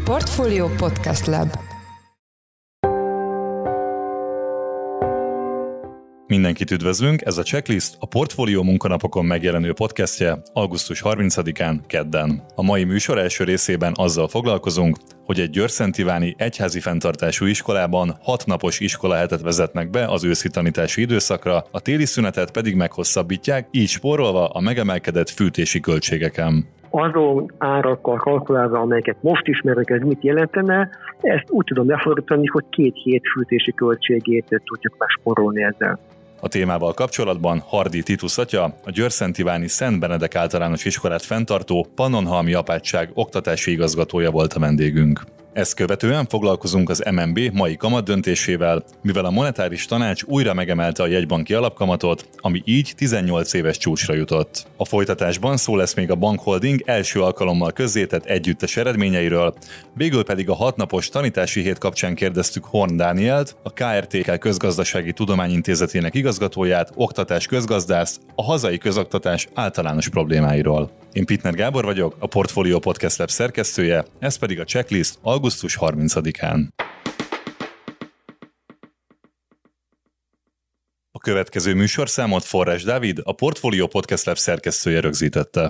Portfolio Podcast Lab. Mindenkit üdvözlünk, ez a Checklist a Portfolio munkanapokon megjelenő podcastje augusztus 30-án kedden. A mai műsor első részében azzal foglalkozunk, hogy egy győrszentiváni egyházi fenntartású iskolában 6 napos iskolahetet vezetnek be az őszi tanítási időszakra, a téli szünetet pedig meghosszabbítják, így spórolva a megemelkedett fűtési költségeken. Azon árakkal kalkulálva, amelyeket most ismerek, ez mit jelentene, ezt úgy tudom lefordítani, hogy 2 hét fűtési költségét tudjuk megspórolni ezzel. A témával kapcsolatban Hardy Titus atya, a győrszentiváni Szent Benedek általános iskolát fenntartó Pannonhalmi apátság oktatási igazgatója volt a vendégünk. Ezt követően foglalkozunk az MNB mai kamatdöntésével, mivel a monetáris tanács újra megemelte a jegybanki alapkamatot, ami így 18 éves csúcsra jutott. A folytatásban szó lesz még a bankholding első alkalommal közzétett együttes eredményeiről, végül pedig a 6 napos tanítási hét kapcsán kérdeztük Horn Dánielt, a KRTK Közgazdasági Tudományintézetének igazgatóját, oktatás-közgazdász, a hazai közoktatás általános problémáiról. Én Pittner Gábor vagyok, a Portfolio Podcast Lab szerkesztője, ez pedig a Checklist augusztus 30-án. A következő műsorszámot Forrás Dávid, a Portfolio Podcast Lab szerkesztője rögzítette.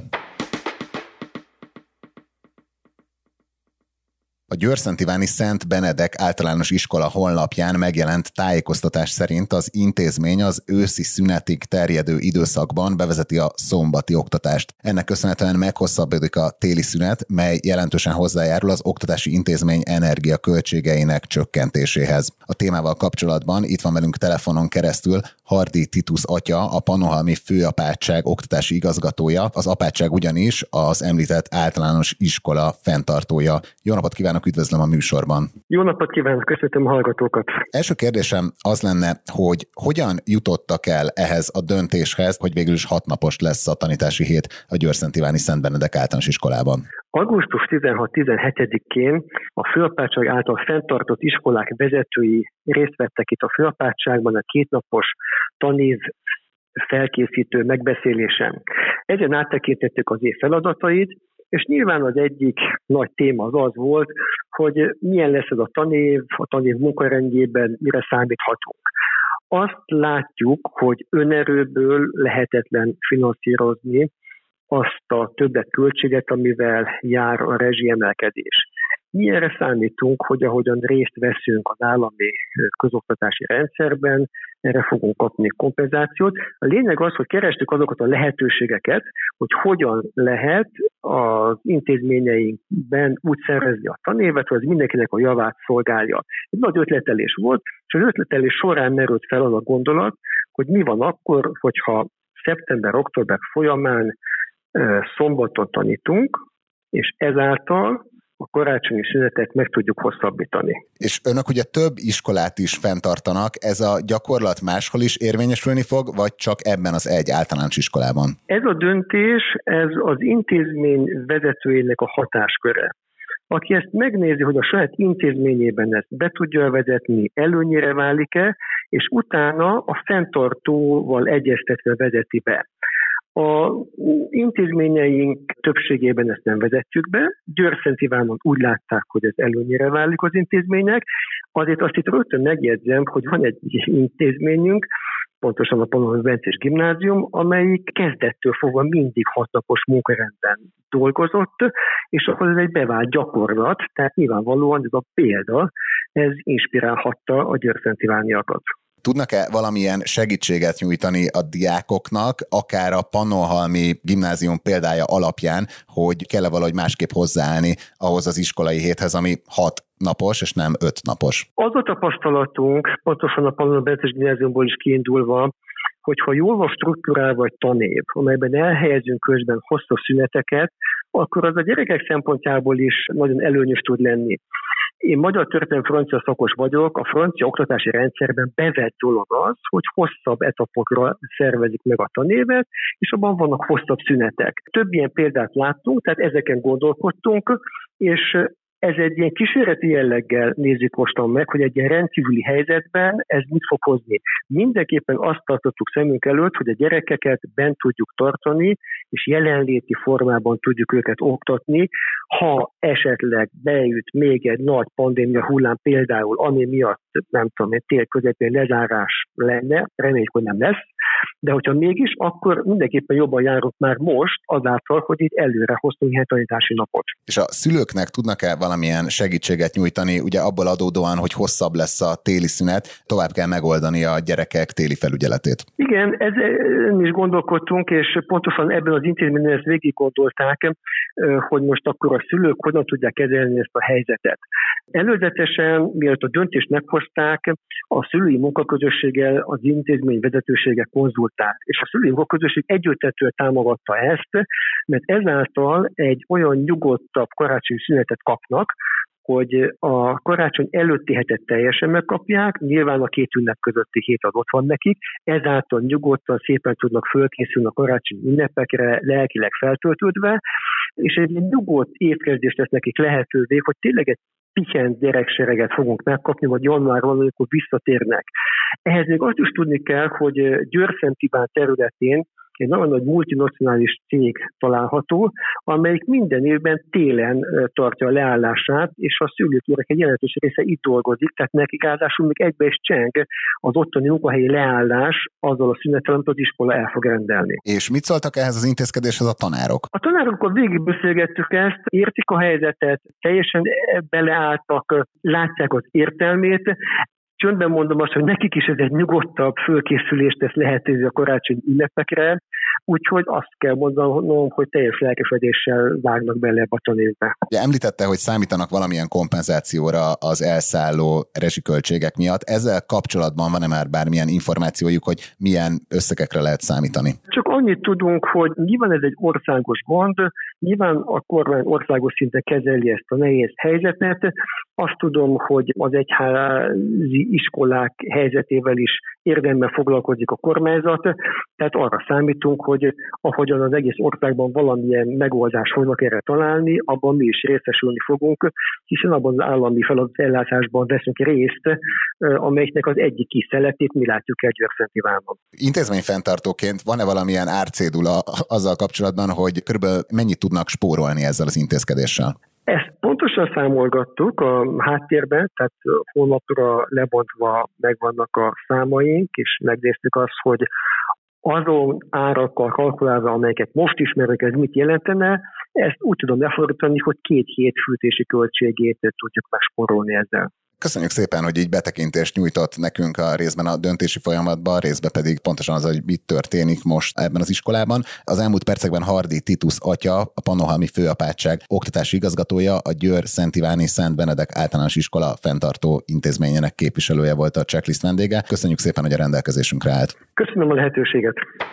A győrszentiváni Szent Benedek általános iskola honlapján megjelent tájékoztatás szerint az intézmény az őszi szünetig terjedő időszakban bevezeti a szombati oktatást. Ennek köszönhetően meghosszabbodik a téli szünet, mely jelentősen hozzájárul az oktatási intézmény energiaköltségeinek csökkentéséhez. A témával kapcsolatban itt van velünk telefonon keresztül Hardy Titus atya, a Pannonhalmi Főapátság oktatási igazgatója, az apátság ugyanis az említett általános iskola fenntartója. Jó napot kívánok! Üdvözlöm a műsorban. Jó napot kívánok, köszöntöm a hallgatókat. Első kérdésem az lenne, hogy hogyan jutottak el ehhez a döntéshez, hogy végül is 6 napos lesz a tanítási hét a győrszentiváni Szent Benedek általános iskolában? Augusztus 16-17-én a főapátság által fenntartott iskolák vezetői részt vettek itt a főapátságban a 2 napos tanév felkészítő megbeszélésen. Ezen áttekintettük az év feladatait, és nyilván az egyik nagy téma az volt, hogy milyen lesz ez a tanév munkarendjében, mire számíthatunk. Azt látjuk, hogy önerőből lehetetlen finanszírozni azt a többletköltséget, amivel jár a rezsiemelkedés. Mi erre számítunk, hogy ahogyan részt veszünk az állami közoktatási rendszerben, erre fogunk kapni kompenzációt. A lényeg az, hogy kerestük azokat a lehetőségeket, hogy hogyan lehet az intézményeinkben úgy szervezni a tanévet, hogy az mindenkinek a javát szolgálja. Ez nagy ötletelés volt, és az ötletelés során merült fel az a gondolat, hogy mi van akkor, hogyha szeptember-október folyamán szombaton tanítunk, és ezáltal a karácsonyi szünetet meg tudjuk hosszabbítani. És önök ugye több iskolát is fenntartanak, ez a gyakorlat máshol is érvényesülni fog, vagy csak ebben az egy általános iskolában? Ez a döntés, ez az intézmény vezetőjének a hatásköre. Aki ezt megnézi, hogy a saját intézményében ezt be tudja vezetni, előnyére válik-e, és utána a fenntartóval egyeztetve vezeti be. A intézményeink többségében ezt nem vezetjük be. Győr-Szentivánon úgy látták, hogy ez előnyére válik az intézménynek. Azért azt itt rögtön megjegyzem, hogy van egy intézményünk, pontosan a Pannonhalmi Bencés Gimnázium, amelyik kezdettől fogva mindig 6 napos munkarendben dolgozott, és akkor ez egy bevált gyakorlat, tehát nyilvánvalóan ez a példa, ez inspirálhatta a győr-szentivániakat. Tudnak-e valamilyen segítséget nyújtani a diákoknak, akár a Pannonhalmi Gimnázium példája alapján, hogy kell-e valahogy másképp hozzáállni ahhoz az iskolai héthez, ami 6 napos, és nem 5 napos? Az a tapasztalatunk, pontosan a Pannonhalmi Bencés Gimnáziumból is kiindulva, hogyha jól van struktúrálva egy tanév, amelyben elhelyezünk közben hosszú szüneteket, akkor az a gyerekek szempontjából is nagyon előnyös tud lenni. Én magyar történelmi francia szakos vagyok, a francia oktatási rendszerben bevett dolog az, hogy hosszabb etapokra szervezik meg a tanévet, és abban vannak hosszabb szünetek. Több ilyen példát láttunk, tehát ezeken gondolkodtunk, és Ez egy ilyen kísérleti jelleggel nézzük mostan meg, hogy egy ilyen rendkívüli helyzetben ez mit fog hozni. Mindenképpen azt tartottuk szemünk előtt, hogy a gyerekeket bent tudjuk tartani, és jelenléti formában tudjuk őket oktatni, ha esetleg beüt még egy nagy pandémia hullám például, ami miatt, nem tudom, egy tél közepén lezárás lenne, reméljük, hogy nem lesz, de hogyha mégis, akkor mindenképpen jobban járunk már most azáltal, hogy itt előre hoztunk ilyen tanítási napot. És a szülőknek tudnak-e valamilyen segítséget nyújtani, ugye abból adódóan, hogy hosszabb lesz a téli szünet, tovább kell megoldani a gyerekek téli felügyeletét? Igen, ezen is gondolkodtunk, és pontosan ebben az intézményben ezt végig gondolták, hogy most akkor a szülők hogyan tudják kezelni ezt a helyzetet. Előzetesen, mielőtt a döntést meghozták, a szülői munkaközösséggel az intézmény vezetősége konzultált, és a szülői munkaközösség egyöntetően támogatta ezt, mert ezáltal egy olyan nyugodtabb karácsonyi szünetet kapnak, hogy a karácsony előtti hetet teljesen megkapják, nyilván a két ünnep közötti hét az ott van nekik, ezáltal nyugodtan szépen tudnak fölkészülni a karácsonyi ünnepekre, lelkileg feltöltődve, és egy nyugodt évkezdést tesz nekik lehetővé, hogy tényleg egy pihent gyereksereget fogunk megkapni, vagy januárban, amikor visszatérnek. Ehhez még azt is tudni kell, hogy Győr-Szent Iván területén egy nagyon nagy multinacionális cég található, amelyik minden évben télen tartja a leállását, és a szülőknek egy jelentős része itt dolgozik, tehát nekik ráadásul még egybe is cseng az ottani munkahelyi leállás azzal a szünettel, amit az iskola el fog rendelni. És mit szóltak ehhez az intézkedéshez a tanárok? A tanárokkal végig beszélgettük ezt, értik a helyzetet, teljesen beleálltak, látják az értelmét. Csöndben mondom azt, hogy nekik is ez egy nyugodtabb fölkészülést tesz lehetővé a karácsonyi ünnepekre, úgyhogy azt kell mondanom, hogy teljes lelkesedéssel vágnak bele ebbe a tanévbe. Említette, hogy számítanak valamilyen kompenzációra az elszálló rezsiköltségek miatt. Ezzel kapcsolatban van-e már bármilyen információjuk, hogy milyen összegekre lehet számítani? Csak annyit tudunk, hogy nyilván ez egy országos gond, nyilván a kormány országos szinten kezeli ezt a nehéz helyzetet. Azt tudom, hogy az egyházi iskolák helyzetével is érdemben foglalkozik a kormányzat, tehát arra számítunk, hogy ahogyan az egész országban valamilyen megoldást fognak erre találni, abban mi is részesülni fogunk, hiszen abban az állami feladatellátásban veszünk részt, amelyiknek az egyik kis szeletét mi látjuk el Győr-Szent Ivánban. Intézményfenntartóként van-e valamilyen árcédula azzal kapcsolatban, hogy körülbelül mennyit tudnak spórolni ezzel az intézkedéssel? Ezt pontosan számolgattuk a háttérben, tehát honlapra lebontva megvannak a számaink, és megnéztük azt, hogy azon árakkal kalkulálva, amelyeket most ismerünk, ez mit jelentene, ezt úgy tudom lefordítani, hogy 2 hét fűtési költségét tudjuk megspórolni ezzel. Köszönjük szépen, hogy így betekintést nyújtott nekünk a részben a döntési folyamatban, részben pedig pontosan az, hogy mit történik most ebben az iskolában. Az elmúlt percekben Hardy Titus atya, a Pannonhalmi Főapátság oktatási igazgatója, a Győr-Szent Iváni Szent Benedek Általános Iskola fenntartó intézményének képviselője volt a checklist vendége. Köszönjük szépen, hogy a rendelkezésünkre állt. Köszönöm a lehetőséget.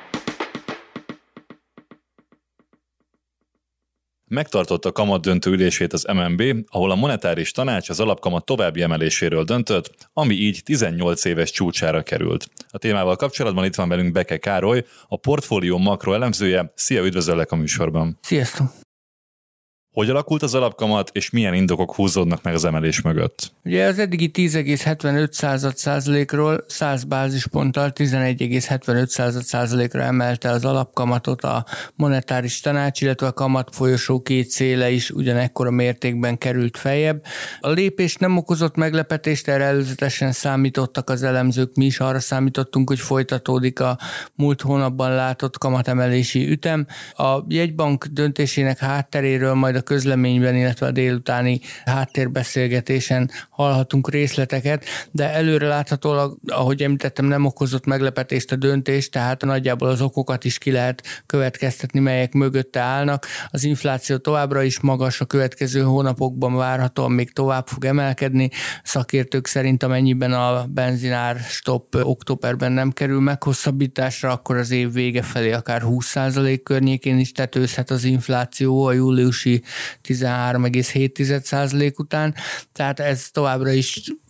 Megtartotta kamatdöntő ülését az MNB, ahol a monetáris tanács az alapkamat további emeléséről döntött, ami így 18 éves csúcsára került. A témával kapcsolatban itt van velünk Beke Károly, a Portfólió makroelemzője. Szia, üdvözöllek a műsorban! Sziasztok! Hogy alakult az alapkamat, és milyen indokok húzódnak meg az emelés mögött? Ugye az eddigi 10,75%-ról 100 bázisponttal 11,75%-ra emelte az alapkamatot a monetáris tanács, illetve a kamatfolyosó két széle is ugyanekkora mértékben került feljebb. A lépés nem okozott meglepetést, erre előzetesen számítottak az elemzők, mi is arra számítottunk, hogy folytatódik a múlt hónapban látott kamatemelési ütem. A jegybank döntésének hátteréről majd a közleményben, illetve a délutáni háttérbeszélgetésen hallhatunk részleteket, de előre láthatólag, ahogy említettem, nem okozott meglepetést a döntés, tehát nagyjából az okokat is ki lehet következtetni, melyek mögötte állnak. Az infláció továbbra is magas, a következő hónapokban várhatóan még tovább fog emelkedni. Szakértők szerint amennyiben a benzinár stop októberben nem kerül meghosszabbításra, akkor az év vége felé akár 20% környékén is tetőzhet az infláció a júliusi 13,7% után, tehát ez továbbra is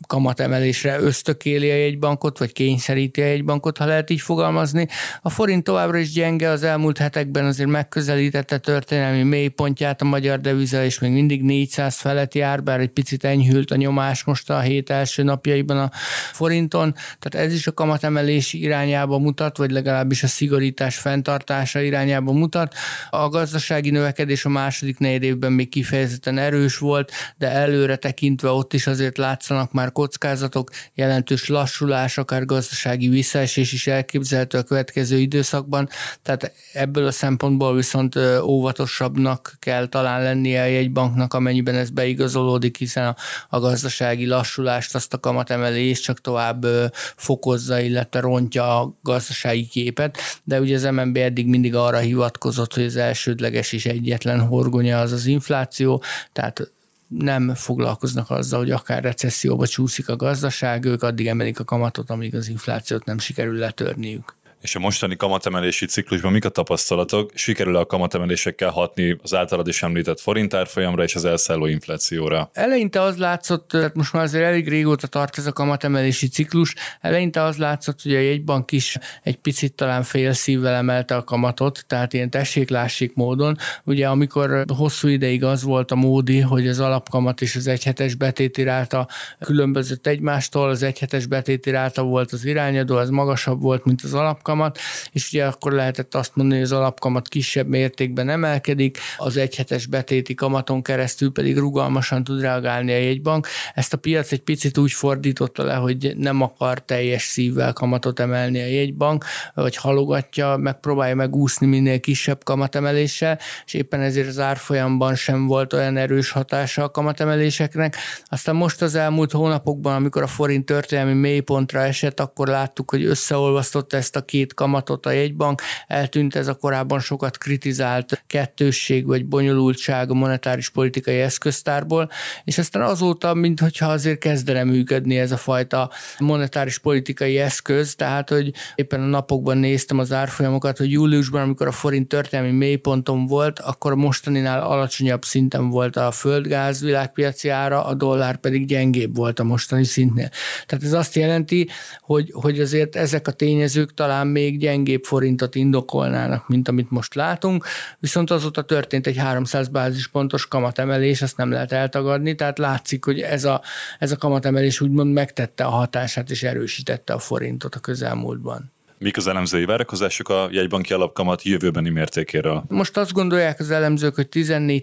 kamatemelésre ösztökéli a jegybankot, vagy kényszeríti a jegybankot, ha lehet így fogalmazni. A forint továbbra is gyenge, az elmúlt hetekben azért megközelítette történelmi mélypontját a magyar deviza, és még mindig 400 felett jár, bár egy picit enyhült a nyomás most a hét első napjaiban a forinton. Tehát ez is a kamatemelés irányába mutat, vagy legalábbis a szigorítás fenntartása irányába mutat. A gazdasági növekedés a második negyedévben még kifejezetten erős volt, de előre tekintve ott is azért látszanak már kockázatok, jelentős lassulás, akár gazdasági visszaesés is elképzelhető a következő időszakban. Tehát ebből a szempontból viszont óvatosabbnak kell talán lennie a jegybanknak, amennyiben ez beigazolódik, hiszen a gazdasági lassulást, azt a kamatemelést csak tovább fokozza, illetve rontja a gazdasági képet, de ugye az MNB eddig mindig arra hivatkozott, hogy az elsődleges és egyetlen horgonya az az infláció, tehát nem foglalkoznak azzal, hogy akár recesszióba csúszik a gazdaság, ők addig emelik a kamatot, amíg az inflációt nem sikerül letörniük. És a mostani kamatemelési ciklusban mik a tapasztalatok? Sikerül a kamatemelésekkel hatni az általad is említett forintárfolyamra és az elszálló inflációra? Eleinte az látszott, tehát most már azért elég régóta tart ez a kamatemelési ciklus, eleinte az látszott, hogy a jegybank is egy picit talán félszívvel emelte a kamatot, tehát ilyen tessék-lássék módon. Ugye amikor hosszú ideig az volt a módi, hogy az alapkamat és az egyhetes betéti ráta különbözött egymástól, az egyhetes betéti ráta volt az irányadó, az magasabb volt, mint az alapkamat, és ugye akkor lehetett azt mondani, hogy az alapkamat kisebb mértékben emelkedik, az egyhetes betéti kamaton keresztül pedig rugalmasan tud reagálni a jegybank. Ezt a piac egy picit úgy fordította le, hogy nem akar teljes szívvel kamatot emelni a jegybank, vagy halogatja, megpróbálja megúszni minél kisebb kamatemeléssel, és éppen ezért az árfolyamban sem volt olyan erős hatása a kamatemeléseknek. Aztán most az elmúlt hónapokban, amikor a forint történelmi mélypontra esett, akkor láttuk, hogy összeolvasztotta ezt a két kamatot a jegybank, eltűnt ez a korábban sokat kritizált kettősség vagy bonyolultság a monetáris politikai eszköztárból, és aztán azóta, minthogyha azért kezdene működni ez a fajta monetáris politikai eszköz, tehát, hogy éppen a napokban néztem az árfolyamokat, hogy júliusban, amikor a forint történelmi mélyponton volt, akkor a mostaninál alacsonyabb szinten volt a földgáz világpiaci ára, a dollár pedig gyengébb volt a mostani szintnél. Tehát ez azt jelenti, hogy azért ezek a tényezők talán még gyengébb forintot indokolnának, mint amit most látunk, viszont azóta történt egy 300 bázispontos kamatemelés, ezt nem lehet eltagadni, tehát látszik, hogy ez a kamatemelés úgymond megtette a hatását és erősítette a forintot a közelmúltban. Mik az elemzői várakozások a jegybanki alapkamat jövőbeni mértékéről? Most azt gondolják az elemzők, hogy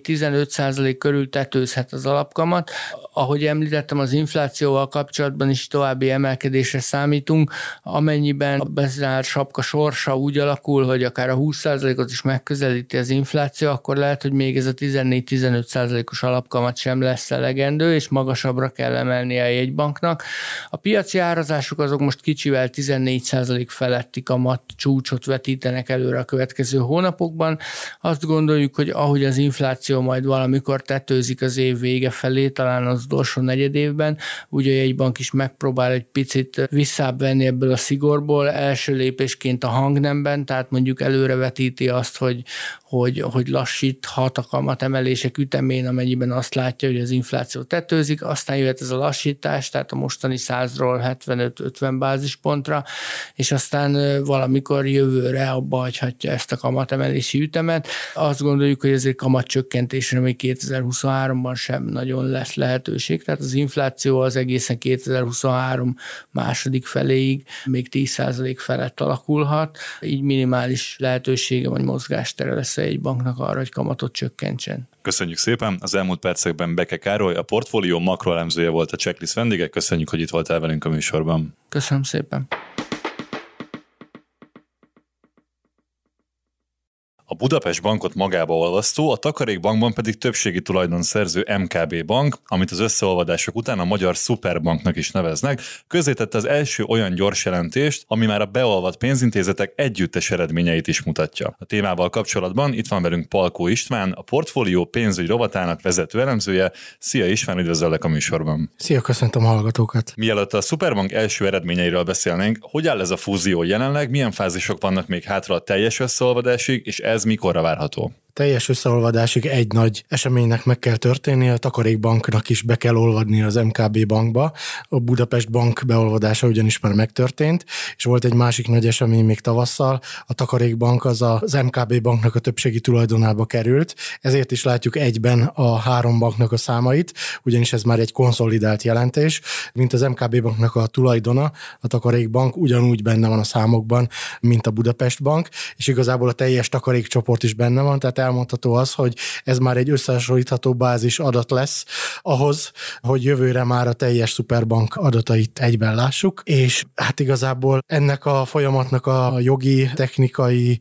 14-15% körül tetőzhet az alapkamat. Ahogy említettem, az inflációval kapcsolatban is további emelkedésre számítunk, amennyiben a bezárt sapka sorsa úgy alakul, hogy akár a 20%-ot is megközelíti az infláció, akkor lehet, hogy még ez a 14-15%-os alapkamat sem lesz elegendő, és magasabbra kell emelnie a jegybanknak. A piaci árazások azok most kicsivel 14% feletti kamat csúcsot vetítenek előre a következő hónapokban. Azt gondoljuk, hogy ahogy az infláció majd valamikor tetőzik az év vége felé, talán az utolsó negyedévben, úgy a jegybank is megpróbál egy picit visszább venni ebből a szigorból, első lépésként a hangnemben, tehát mondjuk előrevetíti azt, hogy lassíthat a kamatemelések ütemén, amennyiben azt látja, hogy az infláció tetőzik, aztán jöhet ez a lassítás, tehát a mostani 100-ról 75-50 bázispontra, és aztán valamikor jövőre abba hagyhatja ezt a kamatemelési ütemet. Azt gondoljuk, hogy ezért kamatcsökkentésre még 2023-ban sem nagyon lesz lehetőség, tehát az infláció az egészen 2023 második feléig még 10% felett alakulhat, így minimális lehetősége vagy mozgástere lesz a jegybanknak arra, hogy kamatot csökkentsen. Köszönjük szépen! Az elmúlt percekben Beke Károly, a portfólió makroelemzője volt a Checklist vendége. Köszönjük, hogy itt voltál velünk a műsorban. Köszönöm szépen! A Budapest Bankot magába olvasztó, a Takarékbankban pedig többségi tulajdon szerző MKB Bank, amit az összeolvadások után a Magyar Szuperbanknak is neveznek, közzétette az első olyan gyors jelentést, ami már a beolvadt pénzintézetek együttes eredményeit is mutatja. A témával kapcsolatban itt van velünk Palkó István, a portfólió pénzügy rovatának vezető elemzője. Szia István, üdvözöllek a műsorban. Szia, köszöntöm a hallgatókat. Mielőtt a Szuperbank első eredményeiről beszélnénk, hogy áll ez a fúzió jelenleg, milyen fázisok vannak még hátra a teljes összeolvadásig, és ez mikorra várható? teljes összeolvadásig egy nagy eseménynek meg kell történnie, a Takarékbanknak is be kell olvadni az MKB bankba. A Budapest Bank beolvadása ugyanis már megtörtént, és volt egy másik nagy esemény még tavasszal, a Takarékbank az MKB banknak a többségi tulajdonába került, ezért is látjuk egyben a három banknak a számait, ugyanis ez már egy konszolidált jelentés, mint az MKB banknak a tulajdona, a Takarékbank ugyanúgy benne van a számokban, mint a Budapest Bank, és igazából a teljes takarékcsoport is benne van, tehát elmondható az, hogy ez már egy összehasonlítható bázis adat lesz ahhoz, hogy jövőre már a teljes szuperbank adatait egyben lássuk, és hát igazából ennek a folyamatnak a jogi, technikai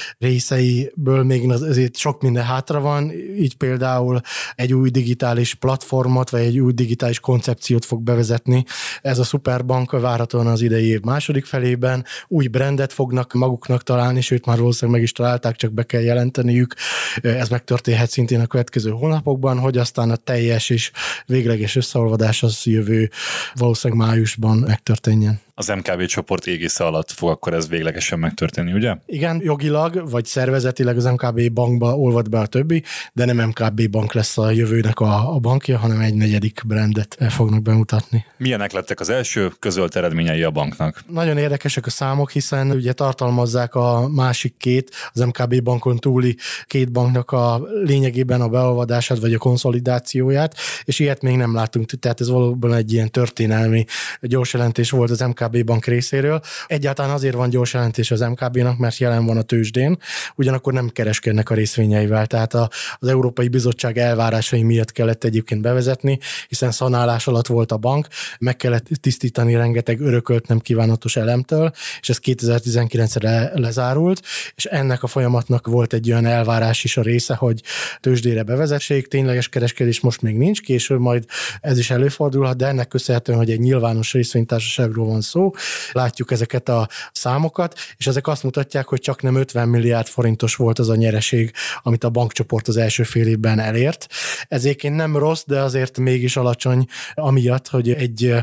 részeiből még azért sok minden hátra van, így például egy új digitális platformot, vagy egy új digitális koncepciót fog bevezetni. Ez a szuperbank várhatóan az idei év második felében, új brandet fognak maguknak találni, sőt már valószínűleg meg is találták, csak be kell jelenteniük. Ez megtörténhet szintén a következő hónapokban, hogy aztán a teljes és végleges összeolvadás az jövő valószínűleg májusban megtörténjen. Az MKB csoport égisze alatt fog akkor ez véglegesen megtörténni, ugye? Igen, jogilag vagy szervezetileg az MKB bankba olvad be a többi, de nem MKB bank lesz a jövőnek a bankja, hanem egy negyedik brandet fognak bemutatni. Milyenek lettek az első közölt eredményei a banknak? Nagyon érdekesek a számok, hiszen ugye tartalmazzák a másik két, az MKB bankon túli két banknak a lényegében a beolvadását vagy a konszolidációját, és ilyet még nem láttunk, tehát ez valóban egy ilyen történelmi gyors jelentés volt az MKB bank részéről. Egyáltalán azért van gyors jelentés az MKB-nak, mert jelen van a tőzsdén, ugyanakkor nem kereskednek a részvényeivel, tehát az Európai Bizottság elvárásai miatt kellett egyébként bevezetni, hiszen szanálás alatt volt a bank, meg kellett tisztítani rengeteg örökölt nem kívánatos elemtől, és ez 2019-re lezárult, és ennek a folyamatnak volt egy olyan elvárás is a része, hogy tőzsdére bevezessék, tényleges kereskedés most még nincs, később majd ez is előfordulhat, de ennek köszönhetően, hogy egy nyilvános részvénytársaságról van szó, látjuk ezeket a számokat, és ezek azt mutatják, hogy csak nem 50 milliárd forintos volt az a nyereség, amit a bankcsoport az első fél évben elért. Ez egyébként nem rossz, de azért mégis alacsony, amiatt, hogy egy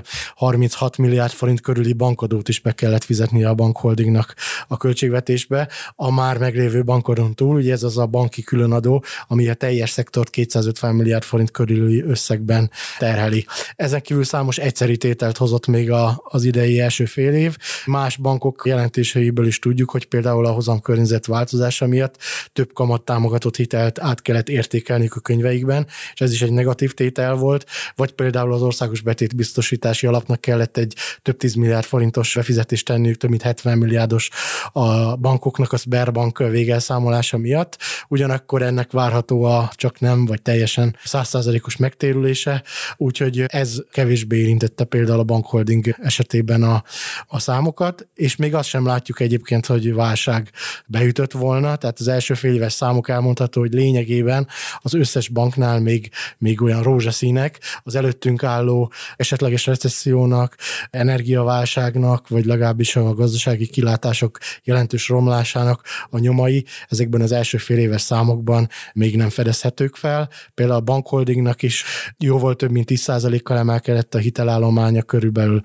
36 milliárd forint körüli bankadót is be kellett fizetni a bankholdingnak a költségvetésbe. A már meglévő bankadón túl, ugye ez az a banki különadó, ami a teljes szektort 250 milliárd forint körüli összegben terheli. Ezen kívül számos egyszeri tételt hozott még az idei első fél év. Más bankok jelentéseiből is tudjuk, hogy például a hozamkörnyezet változása miatt több kamattámogatott hitelt át kellett értékelniük a könyveikben, és ez is egy negatív tétel volt, vagy például az országos betétbiztosítási alapnak kellett egy több 10 milliárd forintos befizetést tenniük, több mint 70 milliárdos a bankoknak a Sberbank végelszámolása miatt. Ugyanakkor ennek várható a csak nem, vagy teljesen 100%-os megtérülése, úgyhogy ez kevésbé érintette például a bankholding esetében a számokat, és még azt sem látjuk egyébként, hogy válság beütött volna, tehát az első fél éves számok elmondható, hogy lényegében az összes banknál még olyan rózsaszínek, az előttünk álló esetleges recessziónak, energiaválságnak, vagy legalábbis a gazdasági kilátások jelentős romlásának a nyomai ezekben az első fél éves számokban még nem fedezhetők fel. Például a bankholdingnak is jóval több mint 10%-kal emelkedett a hitelállománya, körülbelül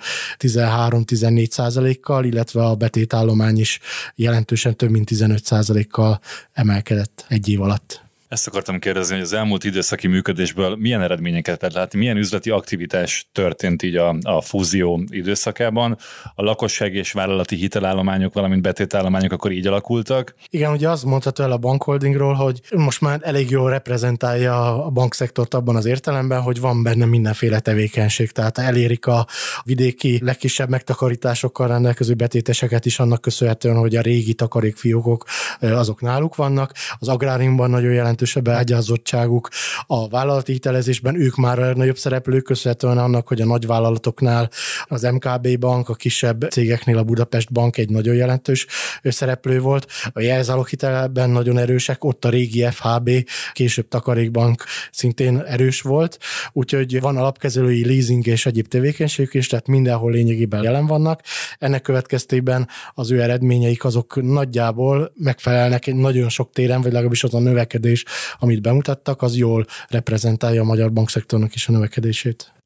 13-14%-kal, illetve a betétállomány is jelentősen több mint 15%-kal emelkedett egy év alatt. Ezt akartam kérdezni, hogy az elmúlt időszaki működésből milyen eredményeket lehet látni, milyen üzleti aktivitás történt így a fúzió időszakában. A lakossági és vállalati hitelállományok, valamint betétállományok akkor így alakultak. Igen, ugye azt mondható el a bankholdingról, hogy most már elég jól reprezentálja a bankszektort abban az értelemben, hogy van benne mindenféle tevékenység, tehát elérik a vidéki legkisebb megtakarításokkal rendelkező betéteseket is annak köszönhetően, hogy a régi takarékfiókok azok náluk vannak. Az agráriumban nagyon jelentős beágyazottságuk, a vállalati hitelezésben ők már a nagyobb szereplők, köszönhetően annak, hogy a nagyvállalatoknál az MKB bank, a kisebb cégeknél a Budapest Bank egy nagyon jelentős szereplő volt. A jelzálóghitelben nagyon erősek, ott a régi FHB, később Takarékbank szintén erős volt, úgyhogy van alapkezelői, leasing és egyéb tevékenységük is, tehát mindenhol lényegében jelen vannak. Ennek következtében az ő eredményeik azok nagyjából megfelelnek egy nagyon sok téren, vagy legalábbis az a növekedés, amit bemutattak, az jól reprezentálja a magyar bankszektornak is a növekedését.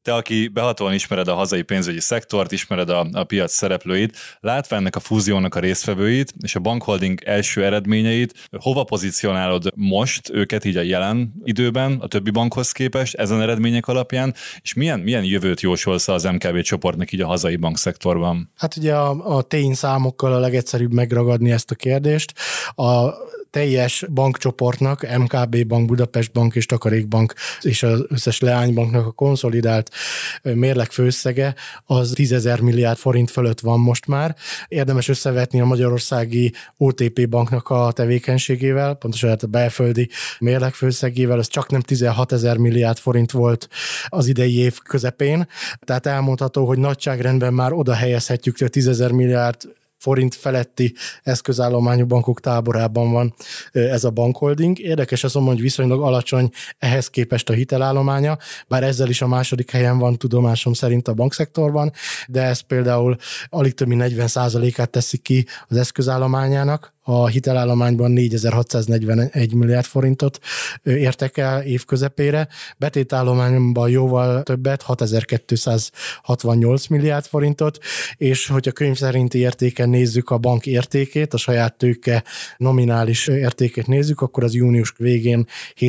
Te, aki behatóan ismered a hazai pénzügyi szektort, ismered a piac szereplőit, látva ennek a fúziónak a résztvevőit és a bankholding első eredményeit, hova pozícionálod most őket így a jelen időben a többi bankhoz képest ezen eredmények alapján, és milyen jövőt jósolsz az MKB csoportnak így a hazai bankszektorban? Hát ugye a tényszámokkal a legegyszerűbb megragadni ezt a kérdést. A teljes bankcsoportnak, MKB Bank, Budapest Bank és Takarékbank és az összes leánybanknak a konszolidált mérleg főösszege az 10 000 milliárd forint fölött van most már. Érdemes összevetni a magyarországi OTP banknak a tevékenységével, pontosan a belföldi mérleg főösszegével, ez csak nem 16 000 milliárd forint volt az idei év közepén. Tehát elmondható, hogy nagyságrendben már oda helyezhetjük, hogy 10 000 milliárd forint feletti eszközállományú bankok táborában van ez a bankholding. Érdekes azonban, hogy viszonylag alacsony ehhez képest a hitelállománya, bár ezzel is a második helyen van tudomásom szerint a bankszektorban, de ez például alig több mint 40%-át teszi ki az eszközállományának. A hitelállományban 4641 milliárd forintot értek el év közepére, betétállományban jóval többet, 6268 milliárd forintot, és hogyha könyv szerinti értéken nézzük a bank értékét, a saját tőke nominális értékét nézzük, akkor az június végén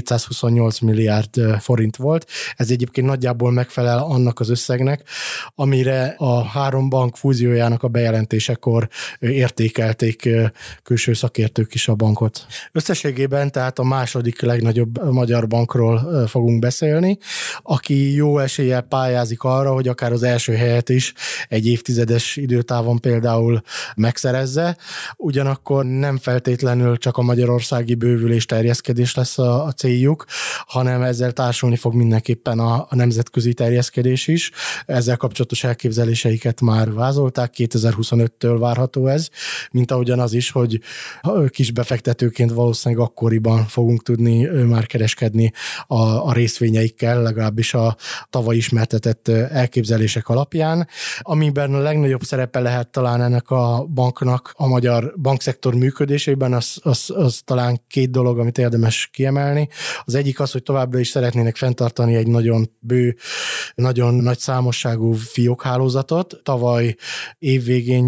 728 milliárd forint volt. Ez egyébként nagyjából megfelel annak az összegnek, amire a három bank fúziójának a bejelentésekor értékelték külső szakértők is a bankot. Összességében tehát a második legnagyobb magyar bankról fogunk beszélni, aki jó eséllyel pályázik arra, hogy akár az első helyet is egy évtizedes időtávon például megszerezze. Ugyanakkor nem feltétlenül csak a magyarországi bővülés, terjeszkedés lesz a céljuk, hanem ezzel társulni fog mindenképpen a nemzetközi terjeszkedés is. Ezzel kapcsolatos elképzeléseiket már vázolták, 2025-től várható ez, mint ahogyan az is, hogy kis befektetőként valószínűleg akkoriban fogunk tudni már kereskedni a részvényeikkel, legalábbis a tavaly ismertetett elképzelések alapján. Amiben a legnagyobb szerepe lehet talán ennek a banknak a magyar bankszektor működésében, az talán két dolog, amit érdemes kiemelni. Az egyik az, hogy továbbra is szeretnének fenntartani egy nagyon bő, nagyon nagy számosságú fiókhálózatot. Tavaly évvégén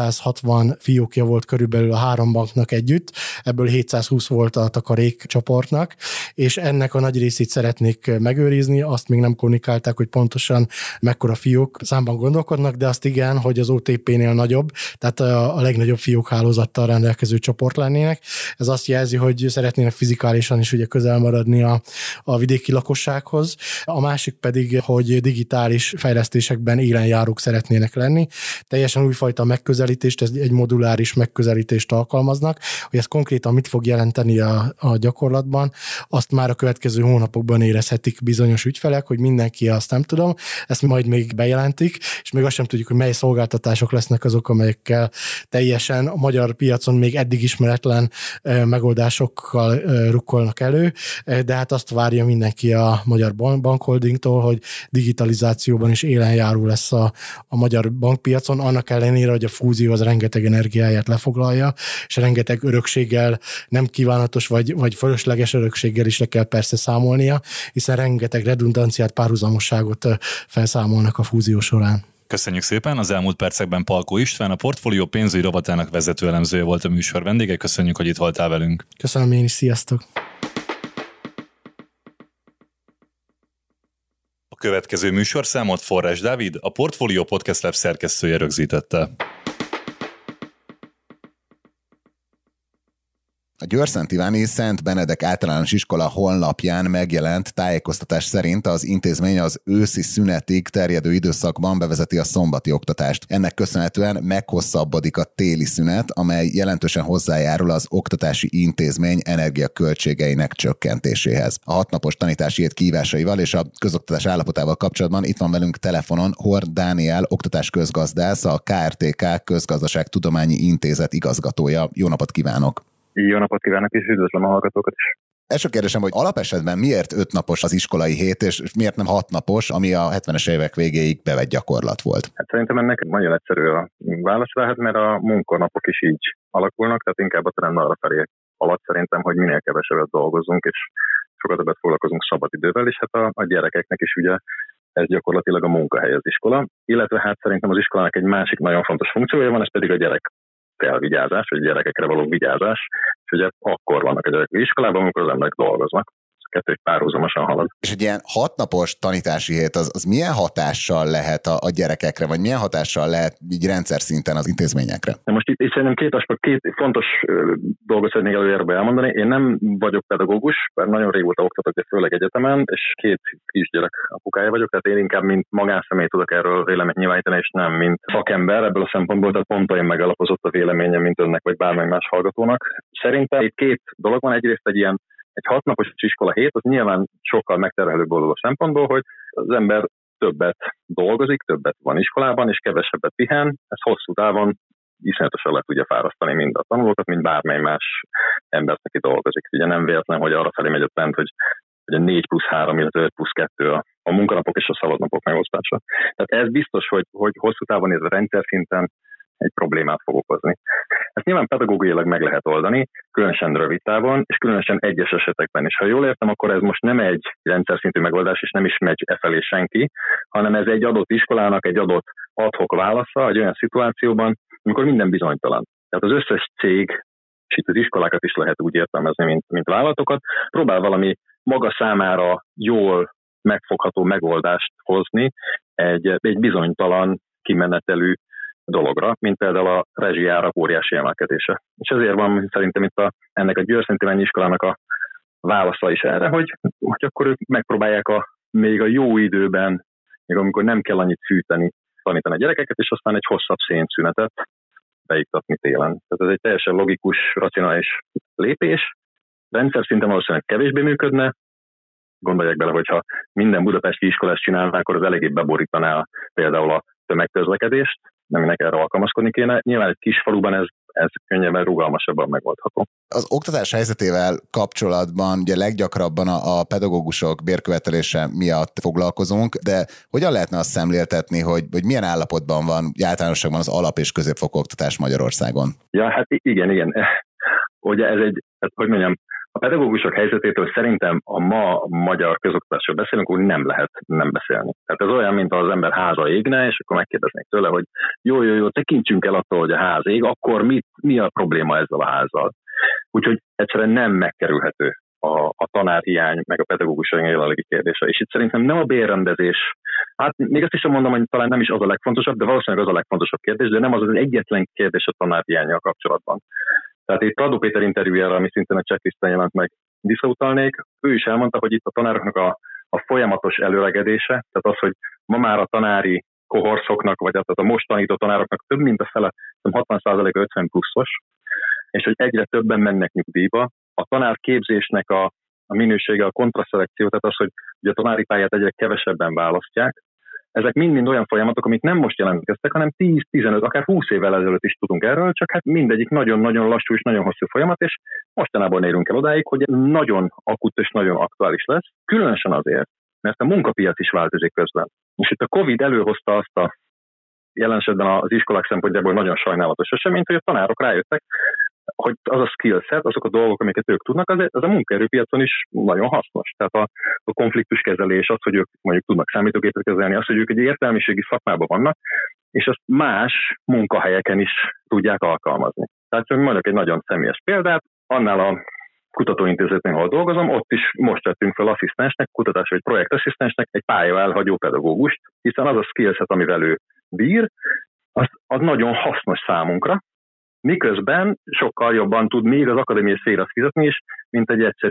860 fiókja volt körülbelül a három banknak együtt, ebből 720 volt a Takarék csoportnak, és ennek a nagy részét szeretnék megőrizni, azt még nem kommunikálták, hogy pontosan mekkora fiók számban gondolkodnak, de azt igen, hogy az OTP-nél nagyobb, tehát a legnagyobb fiókhálózattal rendelkező csoport lennének. Ez azt jelzi, hogy szeretnének fizikálisan is ugye közel maradni a vidéki lakossághoz. A másik pedig, hogy digitális fejlesztésekben élenjárók szeretnének lenni. Teljesen újfajta megközelítést, ez egy moduláris megközelítést alkalmaznak, hogy ez konkrétan mit fog jelenteni a gyakorlatban, azt már a következő hónapokban érezhetik bizonyos ügyfelek, hogy mindenki, azt nem tudom, ezt majd még bejelentik, és még azt sem tudjuk, hogy mely szolgáltatások lesznek azok, amelyekkel teljesen a magyar piacon még eddig ismeretlen megoldásokkal rukkolnak elő, de hát azt várja mindenki a magyar bankholdingtól, hogy digitalizációban is élenjáró lesz a magyar bankpiacon, annak ellenére, hogy a fúzió az rengeteg energiáját lefoglalja, és rengeteg örökséggel, nem kívánatos vagy fölösleges örökséggel is le kell persze számolnia, hiszen rengeteg redundanciát, párhuzamosságot felszámolnak a fúzió során. Köszönjük szépen! Az elmúlt percekben Palkó István, a Portfólió pénzügyi rovatának vezető elemzője volt a műsor vendége. Köszönjük, hogy itt voltál velünk. Köszönöm én is, sziasztok! A következő műsorszámot Forrás Dávid, a Portfólió Podcast Lab szerkesztője rögzítette. A Győr-Szent Szent Benedek általános iskola honlapján megjelent tájékoztatás szerint az intézmény az őszi szünetig terjedő időszakban bevezeti a szombati oktatást. Ennek köszönhetően meghosszabbodik a téli szünet, amely jelentősen hozzájárul az oktatási intézmény energiaköltségeinek csökkentéséhez. A 6 napos tanítási hét kihívásaival és a közoktatás állapotával kapcsolatban itt van velünk telefonon Horn Dániel, oktatásközgazdász, a KRTK Közgazdaságtudományi Intézet igazgatója. Jó napot kívánok! Jó napot kívánok, és üdvözlöm a hallgatókat is. Első kérdésem, hogy alapesetben miért 5 napos az iskolai hét, és miért nem 6 napos, ami a 70-es évek végéig bevett gyakorlat volt? Hát szerintem ennek nagyon egyszerű a válasz lehet, mert a munkanapok is így alakulnak, tehát inkább a trend arra felé alatt szerintem, hogy minél kevesebbet dolgozunk, és sokat többet foglalkozunk szabadidővel, és hát a gyerekeknek is ugye ez gyakorlatilag a munkahely az iskola, illetve hát szerintem az iskolának egy másik nagyon fontos funkciója van, ez pedig a gyerek elvigyázás, vagy gyerekekre való vigyázás, és ugye akkor vannak a gyerekek iskolában, amikor az emberek dolgoznak. Kettő párhuzamosan halad. És egy ilyen 6 napos tanítási hét, az milyen hatással lehet a gyerekekre, vagy milyen hatással lehet így rendszer szinten az intézményekre? De most itt szerintem két fontos dolgot szeretnék előjáróba elmondani. Én nem vagyok pedagógus, mert nagyon régóta oktatok, de főleg egyetemen, és 2 kisgyerek apukája vagyok, tehát én inkább mint magánszemély tudok erről véleményt nyilvánítani, és nem mint szakember ebből a szempontból, tehát pont olyan megalapozott a véleményem, mint önnek, vagy bármely más hallgatónak. Szerintem itt 2 dolog van, egyrészt egy 6 napos iskola hét, az nyilván sokkal megterhelőbb a szempontból, hogy az ember többet dolgozik, többet van iskolában, és kevesebbet pihen. Ez hosszú távon iszonyatosan le tudja fárasztani mind a tanulókat, mind bármely más embert, aki dolgozik. Ugye nem véletlen, hogy arra felé megy a trend, hogy a 4+3, illetve 5+2 a munkanapok és a szabadnapok megosztása. Tehát ez biztos, hogy hosszú távon ez a rendszer szinten egy problémát fog okozni. Ezt nyilván pedagógiailag meg lehet oldani, különösen rövid távon, és különösen egyes esetekben is. Ha jól értem, akkor ez most nem egy rendszer szintű megoldás, és nem is megy felé senki, hanem ez egy adott iskolának egy adott ad-hoc válasza egy olyan szituációban, amikor minden bizonytalan. Tehát az összes cég, és itt az iskolákat is lehet úgy értelmezni, mint vállalatokat, próbál valami maga számára jól megfogható megoldást hozni egy bizonytalan kimenetelű dologra, mint például a rezsijárak óriási emelkedése. És ezért van szerintem itt ennek a Győr-Szentiványi iskolának a válasza is erre, hogy akkor ők megpróbálják még a jó időben, még amikor nem kell annyit fűteni, tanítani a gyerekeket, és aztán egy hosszabb szénszünetet beiktatni télen. Tehát ez egy teljesen logikus, racionális lépés. Rendszer szinten valószínűleg kevésbé működne. Gondolják bele, hogyha minden budapesti iskolát csinálná, akkor az eléggé beborítaná például a tömegközlekedést, aminek erre alkalmazkodni kéne. Nyilván egy kis faluban ez könnyebben, rugalmasabban megoldható. Az oktatás helyzetével kapcsolatban ugye leggyakrabban a pedagógusok bérkövetelése miatt foglalkozunk, de hogyan lehetne azt szemléltetni, hogy milyen állapotban van általánosságban az alap- és középfokú oktatás Magyarországon? Ja, hát igen. Ugye ez a pedagógusok helyzetétől szerintem a ma magyar közoktatásról beszélünk, úgy nem lehet nem beszélni. Tehát ez olyan, mint az ember háza égne, és akkor megkérdeznék tőle, hogy jó, tekintsünk el attól, hogy a ház ég, akkor mi a probléma ezzel a házzal? Úgyhogy egyszerűen nem megkerülhető a tanárhiány, meg a pedagógusok jelenlegi kérdése. És itt szerintem nem a bérrendezés, hát még azt is mondom, hogy talán nem is az a legfontosabb, de valószínűleg az a legfontosabb kérdés, de nem az egyetlen kérdés a tanárhiánnyal kapcsolatban. Tehát itt Radó Péter interjújára, ami szintén a checklisten jelent meg, visszautalnék. Ő is elmondta, hogy itt a tanároknak a folyamatos előregedése, tehát az, hogy ma már a tanári kohorszoknak, vagy a most tanító tanároknak több mint a fele, 60%-a 50 pluszos, és hogy egyre többen mennek nyugdíjba. A tanárképzésnek a minősége, a kontraszelekció, tehát az, hogy ugye a tanári pályát egyre kevesebben választják. Ezek mind-mind olyan folyamatok, amik nem most jelentkeztek, hanem 10-15, akár 20 évvel ezelőtt is tudunk erről, csak hát mindegyik nagyon-nagyon lassú és nagyon hosszú folyamat, és mostanában érünk el odáig, hogy nagyon akut és nagyon aktuális lesz, különösen azért, mert a munkapiac is változik közben. És itt a Covid előhozta azt a jelen esetben az iskolák szempontjából nagyon sajnálatos eseményt, hogy a tanárok rájöttek, hogy az a skillset, azok a dolgok, amiket ők tudnak, az a munkaerőpiacon is nagyon hasznos. Tehát a konfliktuskezelés, az, hogy ők mondjuk tudnak számítógépet kezelni, az, hogy ők egy értelmiségi szakmában vannak, és azt más munkahelyeken is tudják alkalmazni. Tehát mondjuk egy nagyon személyes példát, annál a kutatóintézetnél, ahol dolgozom, ott is most vettünk fel asszisztensnek, kutatás vagy projektasszisztensnek egy pályaelhagyó pedagógust, hiszen az a skillset, amivel ő bír, az nagyon hasznos számunkra, miközben sokkal jobban tud még az akadémiai szféra fizetni is, mint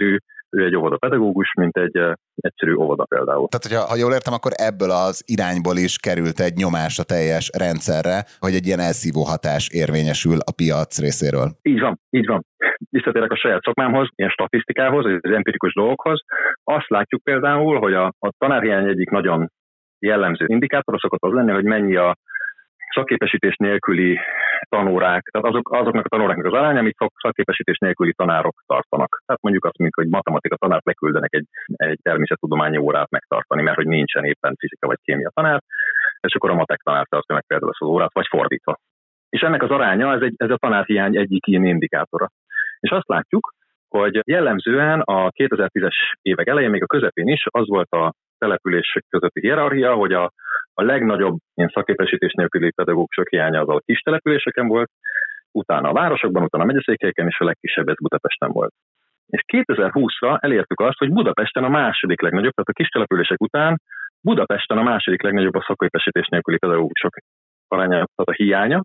egy óvodapedagógus, mint egy egyszerű óvoda például. Tehát, ha jól értem, akkor ebből az irányból is került egy nyomás a teljes rendszerre, hogy egy ilyen elszívó hatás érvényesül a piac részéről. Így van. Visszatérek a saját szakmámhoz, ilyen statisztikához, az empirikus dolgokhoz. Azt látjuk például, hogy a tanárhiány egyik nagyon jellemző indikátor szokott az lenni, hogy mennyi a szakképesítés nélküli tanórák, tehát azoknak a tanóráknak az aránya, amit szakképesítés nélküli tanárok tartanak. Tehát mondjuk azt, hogy matematika tanárt leküldenek egy természettudományi órát megtartani, mert hogy nincsen éppen fizika vagy kémia tanár, és akkor a matek tanár tartja meg például ezt az órát, vagy fordítva. És ennek az aránya, ez a tanárhiány egyik ilyen indikátora. És azt látjuk, hogy jellemzően a 2010-es évek elején, még a közepén is az volt a települések közötti hierarchia, hogy a legnagyobb ilyen szakképesítés nélküli pedagógusok hiánya az a kis településeken volt, utána a városokban, utána a megyeszékhelyeken, és a legkisebb ez Budapesten volt. És 2020-ra elértük azt, hogy Budapesten a második legnagyobb, tehát a kis települések után Budapesten a második legnagyobb a szakképesítés nélküli pedagógusok aránya, tehát a hiánya.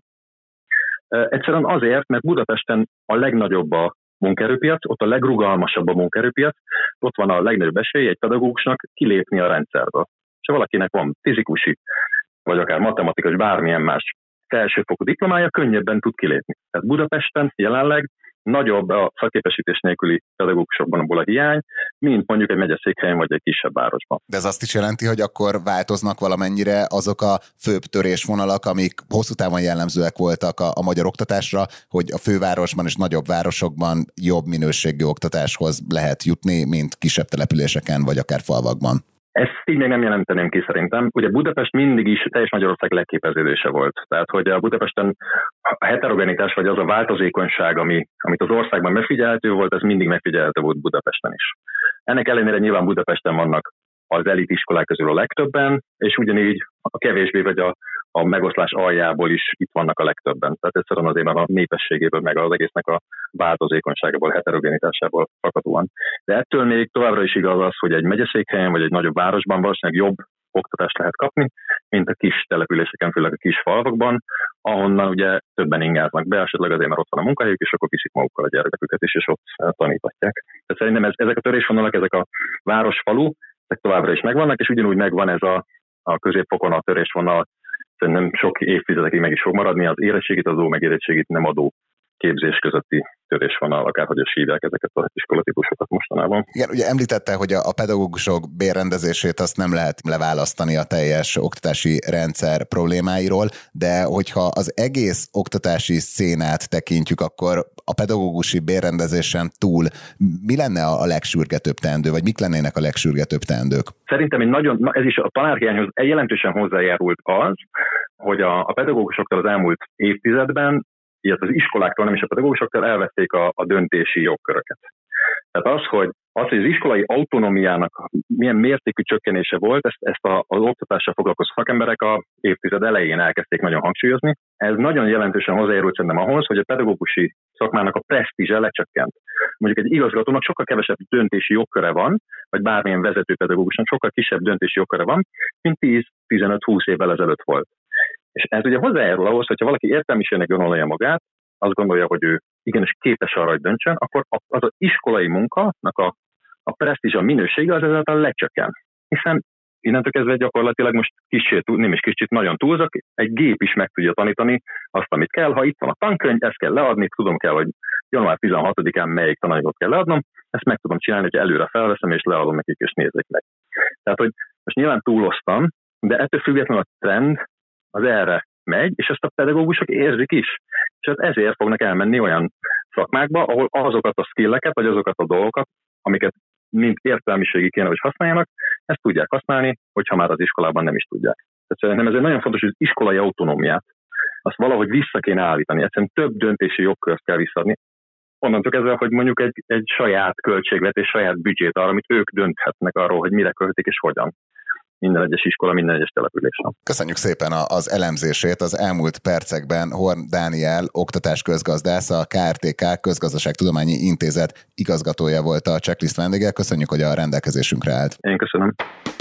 Egyszerűen azért, mert Budapesten a legnagyobb a munkaerőpiac, ott a legrugalmasabb a munkaerőpiac, ott van a legnagyobb esély egy pedagógusnak kilépni a rendszerből. És ha valakinek van fizikusi, vagy akár matematikai, bármilyen más felsőfokú diplomája, könnyebben tud kilépni. Tehát Budapesten jelenleg nagyobb a szakképesítés nélküli pedagógusokban abból a hiány, mint mondjuk egy megyeszékhelyen vagy egy kisebb városban. De ez azt is jelenti, hogy akkor változnak valamennyire azok a főbb törésvonalak, amik hosszú távon jellemzőek voltak a magyar oktatásra, hogy a fővárosban és nagyobb városokban jobb minőségű oktatáshoz lehet jutni, mint kisebb településeken vagy akár falvakban. Ezt így még nem jelenteném ki szerintem. Ugye Budapest mindig is teljes Magyarország legképeződése volt. Tehát, hogy a Budapesten a heterogenitás, vagy az a változékonyság, amit az országban megfigyelhető volt, ez mindig megfigyelhető volt Budapesten is. Ennek ellenére nyilván Budapesten vannak az elitiskolák közül a legtöbben, és ugyanígy a kevésbé vagy a megoszlás aljából is itt vannak a legtöbben. Tehát egyszerűen azért a népességéből, meg az egésznek a változékonyságából, heterogenitásából fakadóan. De ettől még továbbra is igaz az, hogy egy megyeszékhelyen vagy egy nagyobb városban valószínűleg jobb oktatást lehet kapni, mint a kis településeken, főleg a kis falvakban, ahonnan ugye többen ingáznak be, esetleg azért, mert ott van a munkahelyük, és akkor viszik magukkal a gyermeküket is, és ott tanítatják. Tehát szerintem ezek a törésvonalak, ezek a város-falu, ezek továbbra is megvannak, és ugyanúgy megvan ez a középfokon a törésvonal, szerintem sok évtizedekig meg is fog maradni, az érettségit adó, meg érettségit nem adó képzés közötti törésvonal, akárhogy is hívják ezeket az iskolatípusokat mostanában. Igen, ugye említette, hogy a pedagógusok bérrendezését azt nem lehet leválasztani a teljes oktatási rendszer problémáiról, de hogyha az egész oktatási szénát tekintjük, akkor a pedagógusi bérrendezésen túl mi lenne a legsürgetőbb teendő, vagy mik lennének a legsürgetőbb teendők? Szerintem ez is a tanárhiányhoz jelentősen hozzájárult az, hogy a pedagógusoktól az elmúlt évtizedben, illetve az iskoláktól, nem is a pedagógusoktól elvették a döntési jogköröket. Tehát hogy az iskolai autonómiának milyen mértékű csökkenése volt, ezt az oktatással foglalkozó szakemberek a évtized elején elkezdték nagyon hangsúlyozni. Ez nagyon jelentősen hozzájárult szerintem ahhoz, hogy a pedagógusi szakmának a presztízse lecsökkent. Mondjuk egy igazgatónak sokkal kevesebb döntési jogköre van, vagy bármilyen vezető pedagógusnak sokkal kisebb döntési jogköre van, mint 10-15-20 évvel ezelőtt volt. És ez ugye hozzájárul ahhoz, hogyha valaki értelmiségnek gondolja magát, azt gondolja, hogy ő igenis képes arra, hogy döntsön, akkor az az iskolai munkának a presztízs, a minősége az ezáltal lecsökken. Hiszen innentől kezdve gyakorlatilag most nem is kicsit nagyon túlzok, egy gép is meg tudja tanítani azt, amit kell. Ha itt van a tankönyv, ezt kell leadni, tudom kell, hogy január 16-án melyik tananyagot kell leadnom, ezt meg tudom csinálni, hogy előre felveszem, és leadom nekik, és nézzék meg. Tehát, hogy most nyilván túloztam, de ettől függetlenül a trend az erre megy, és ezt a pedagógusok érzik is. És ezért fognak elmenni olyan szakmákba, ahol azokat a skilleket, vagy azokat a dolgokat, amiket mint értelmiségi kéne, hogy használjanak, ezt tudják használni, hogyha már az iskolában nem is tudják. Tehát szerintem ez egy nagyon fontos, hogy az iskolai autonómiát, azt valahogy vissza kéne állítani. Egyszerűen több döntési jogkört kell visszaadni. Onnantól kezdve, hogy mondjuk egy saját költségvetés, saját büdzsét arra, amit ők dönthetnek arról, hogy mire költik és hogyan. Minden egyes iskola, minden egyes településen. Köszönjük szépen az elemzését. Az elmúlt percekben Horn Dániel oktatásközgazdász, a KRTK Közgazdaságtudományi Intézet igazgatója volt a Checklist vendége. Köszönjük, hogy a rendelkezésünkre állt. Én köszönöm.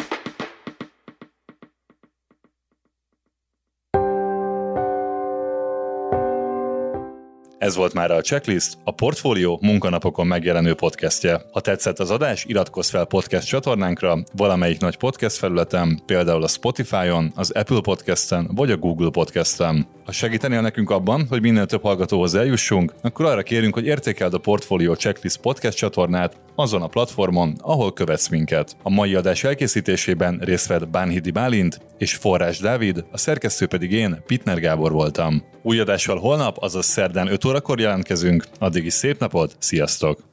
Ez volt már a Checklist, a Portfólió munkanapokon megjelenő podcastje. Ha tetszett az adás, iratkozz fel podcast csatornánkra valamelyik nagy podcast felületen, például a Spotify-on, az Apple Podcasten vagy a Google Podcasten. Ha segítenél nekünk abban, hogy minél több hallgatóhoz eljussunk, akkor arra kérünk, hogy értékeld a Portfólió Checklist podcast csatornát azon a platformon, ahol követsz minket. A mai adás elkészítésében részt vett Bánhidi Bálint és Forrás Dávid, a szerkesztő pedig én, Pittner Gábor voltam. Új adással holnap, azaz szerdán 5 órakor jelentkezünk, addig is szép napot, sziasztok!